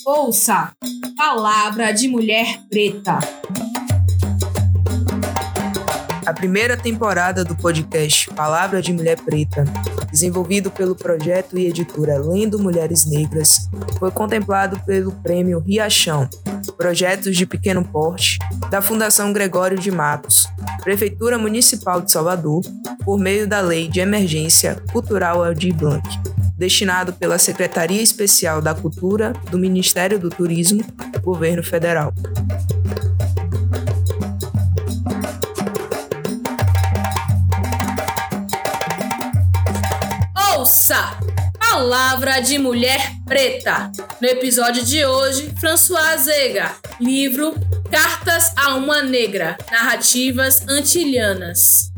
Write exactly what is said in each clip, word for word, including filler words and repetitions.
Ouça Palavra de Mulher Preta. A primeira temporada do podcast Palavra de Mulher Preta, desenvolvido pelo projeto e editora Lendo Mulheres Negras, foi contemplado pelo Prêmio Riachão, Projetos de Pequeno Porte, da Fundação Gregório de Matos, Prefeitura Municipal de Salvador, por meio da Lei de Emergência Cultural Aldir Blanc, destinado pela Secretaria Especial da Cultura do Ministério do Turismo, Governo Federal. Ouça Palavra de Mulher Preta. No episódio de hoje, Françoise Zega, livro Cartas a uma Negra, Narrativas Antilhanas.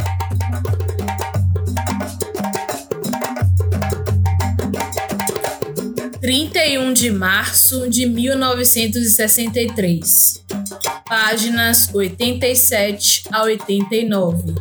trinta e um de março de mil novecentos e sessenta e três. Páginas oitenta e sete a oitenta e nove.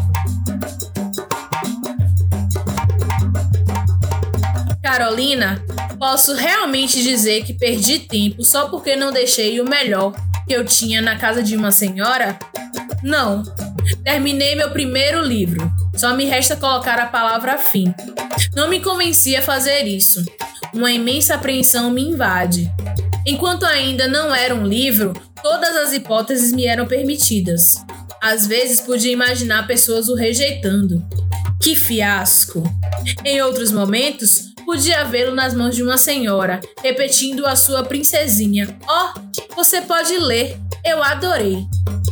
Carolina, posso realmente dizer que perdi tempo só porque não deixei o melhor que eu tinha na casa de uma senhora? Não. Terminei meu primeiro livro. Só me resta colocar a palavra fim. Não me convenci a fazer isso. Uma imensa apreensão me invade. Enquanto ainda não era um livro, todas as hipóteses me eram permitidas. Às vezes podia imaginar pessoas o rejeitando. Que fiasco! Em outros momentos, podia vê-lo nas mãos de uma senhora, repetindo a sua princesinha. Oh, você pode ler, eu adorei.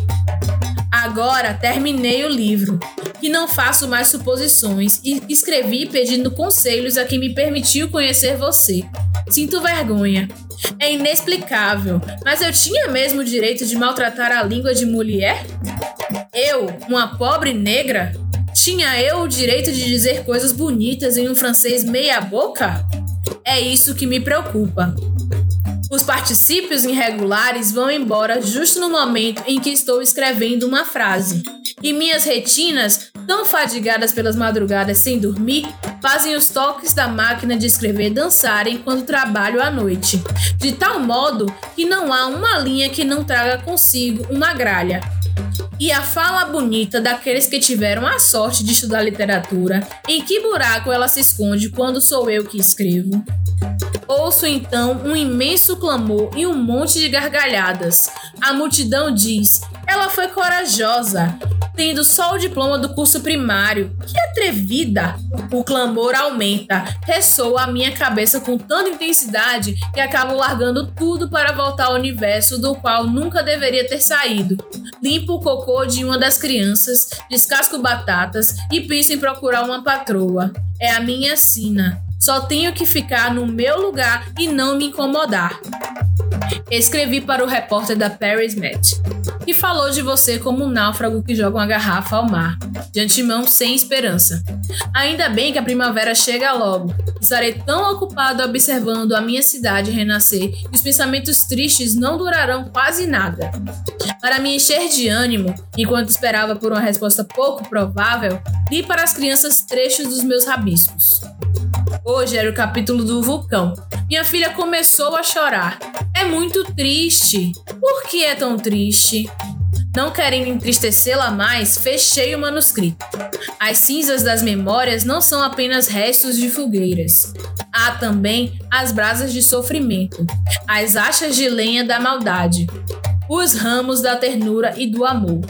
Agora terminei o livro, e não faço mais suposições, e escrevi pedindo conselhos a quem me permitiu conhecer você. Sinto vergonha. É inexplicável, mas eu tinha mesmo o direito de maltratar a língua de mulher? Eu, uma pobre negra? Tinha eu o direito de dizer coisas bonitas em um francês meia-boca? É isso que me preocupa. Os particípios irregulares vão embora justo no momento em que estou escrevendo uma frase. E minhas retinas, tão fadigadas pelas madrugadas sem dormir, fazem os toques da máquina de escrever dançarem quando trabalho à noite. De tal modo que não há uma linha que não traga consigo uma gralha. E a fala bonita daqueles que tiveram a sorte de estudar literatura, em que buraco ela se esconde quando sou eu que escrevo? Ouço então um imenso clamor e um monte de gargalhadas. A multidão diz: ela foi corajosa, tendo só o diploma do curso primário. Que atrevida! O clamor aumenta, ressoa a minha cabeça com tanta intensidade que acabo largando tudo para voltar ao universo do qual nunca deveria ter saído. Limpo o cocô de uma das crianças, descasco batatas e penso em procurar uma patroa. É a minha sina. Só tenho que ficar no meu lugar e não me incomodar. Escrevi para o repórter da Paris Met, que falou de você como um náufrago que joga uma garrafa ao mar, de antemão sem esperança. Ainda bem que a primavera chega logo. Estarei tão ocupado observando a minha cidade renascer que os pensamentos tristes não durarão quase nada. Para me encher de ânimo, enquanto esperava por uma resposta pouco provável, li para as crianças trechos dos meus rabiscos. Hoje era o capítulo do vulcão. Minha filha começou a chorar. É muito triste. Por que é tão triste? Não querendo entristecê-la mais, fechei o manuscrito. As cinzas das memórias não são apenas restos de fogueiras. Há também as brasas de sofrimento, as achas de lenha da maldade, os ramos da ternura e do amor.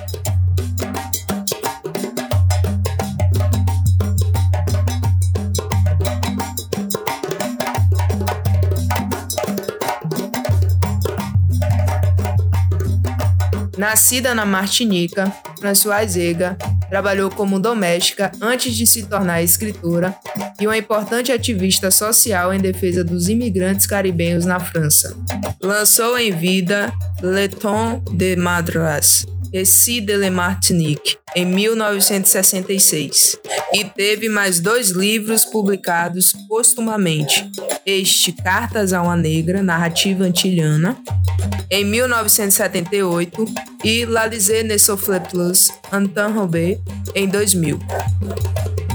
Nascida na Martinica, Françoise Zega trabalhou como doméstica antes de se tornar escritora e uma importante ativista social em defesa dos imigrantes caribenhos na França. Lançou em vida Le Temps de Madras, Récits de la Martinique, em mil novecentos e sessenta e seis, e teve mais dois livros publicados póstumamente, este Cartas a uma Negra, Narrativa Antilhana, em mil novecentos e setenta e oito, e L'Alizé ne souffle plus, Antin Robert, em dois mil.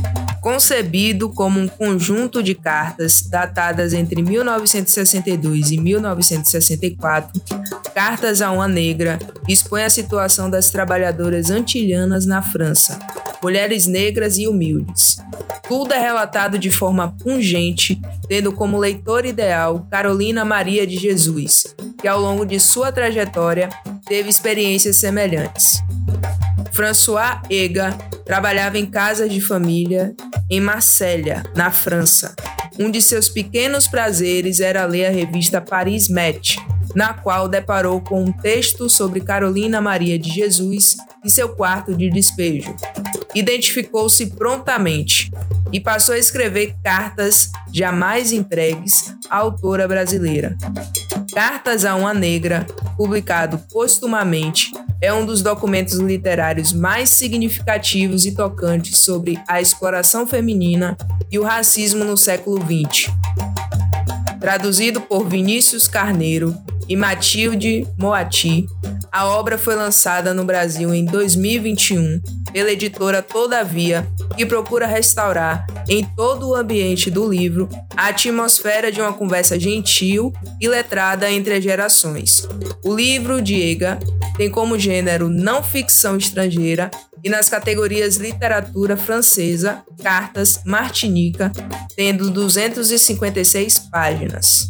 Concebido como um conjunto de cartas datadas entre mil novecentos e sessenta e dois e mil novecentos e sessenta e quatro, Cartas a uma Negra expõe a situação das trabalhadoras antilhanas na França, mulheres negras e humildes. Tudo é relatado de forma pungente, tendo como leitor ideal Carolina Maria de Jesus, que ao longo de sua trajetória teve experiências semelhantes. François Ega trabalhava em casas de família em Marselha, na França. Um de seus pequenos prazeres era ler a revista Paris Match, na qual deparou com um texto sobre Carolina Maria de Jesus e seu quarto de despejo. Identificou-se prontamente e passou a escrever cartas jamais entregues à autora brasileira. Cartas a uma Negra, publicado postumamente, é um dos documentos literários mais significativos e tocantes sobre a exploração feminina e o racismo no século vinte. Traduzido por Vinícius Carneiro e Matilde Moati, a obra foi lançada no Brasil em dois mil e vinte e um pela editora Todavia, que procura restaurar, em todo o ambiente do livro, a atmosfera de uma conversa gentil e letrada entre as gerações. O livro de Ega tem como gênero não ficção estrangeira e nas categorias literatura francesa, cartas, martinica, tendo duzentas e cinquenta e seis páginas.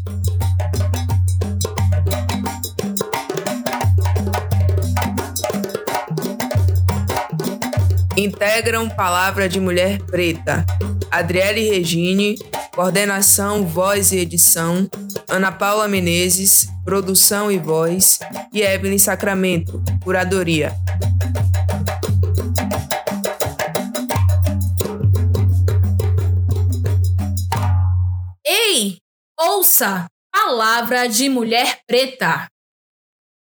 Integram Palavra de Mulher Preta, Adriele Regine, coordenação, voz e edição, Ana Paula Menezes, produção e voz, e Evelyn Sacramento, curadoria. Ei, ouça! Palavra de Mulher Preta.